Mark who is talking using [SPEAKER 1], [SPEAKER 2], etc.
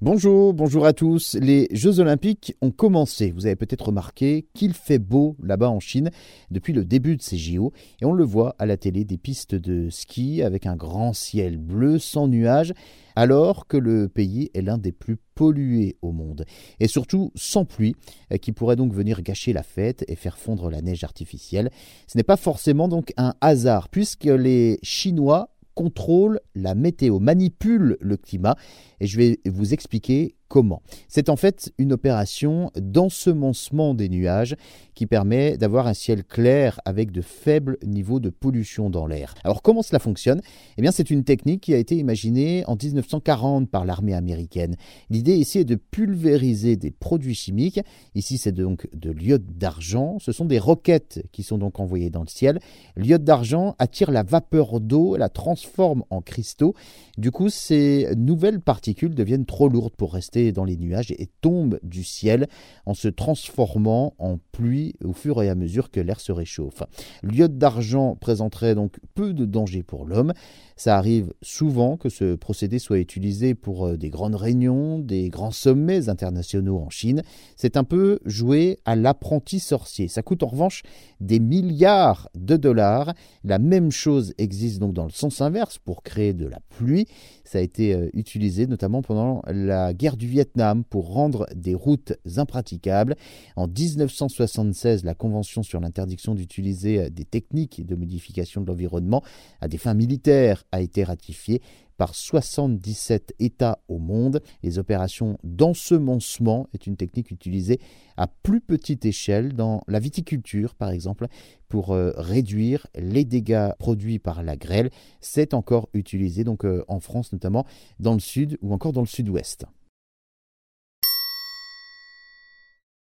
[SPEAKER 1] Bonjour à tous. Les Jeux Olympiques ont commencé. Vous avez peut-être remarqué qu'il fait beau là-bas en Chine depuis le début de ces JO. Et on le voit à la télé, des pistes de ski avec un grand ciel bleu sans nuages, alors que le pays est l'un des plus pollués au monde. Et surtout sans pluie, qui pourrait donc venir gâcher la fête et faire fondre la neige artificielle. Ce n'est pas forcément donc un hasard, puisque les Chinois contrôle la météo, manipule le climat, et je vais vous expliquer comment. C'est en fait une opération d'ensemencement des nuages qui permet d'avoir un ciel clair avec de faibles niveaux de pollution dans l'air. Alors comment cela fonctionne ? Eh bien c'est une technique qui a été imaginée en 1940 par l'armée américaine. L'idée ici est de pulvériser des produits chimiques. Ici c'est donc de l'iode d'argent. Ce sont des roquettes qui sont donc envoyées dans le ciel. L'iode d'argent attire la vapeur d'eau, la transforme en cristaux. Du coup ces nouvelles particules deviennent trop lourdes pour rester dans les nuages et tombent du ciel en se transformant en pluie au fur et à mesure que l'air se réchauffe. L'iode d'argent présenterait donc peu de danger pour l'homme. Ça arrive souvent que ce procédé soit utilisé pour des grandes réunions, des grands sommets internationaux en Chine. C'est un peu jouer à l'apprenti sorcier. Ça coûte en revanche des milliards de dollars. La même chose existe donc dans le sens inverse pour créer de la pluie. Ça a été utilisé notamment pendant la guerre du Vietnam pour rendre des routes impraticables. En 1976, la Convention sur l'interdiction d'utiliser des techniques de modification de l'environnement à des fins militaires a été ratifiée par 77 États au monde. Les opérations d'ensemencement est une technique utilisée à plus petite échelle dans la viticulture, par exemple, pour réduire les dégâts produits par la grêle. C'est encore utilisé donc en France, notamment dans le sud ou encore dans le sud-ouest.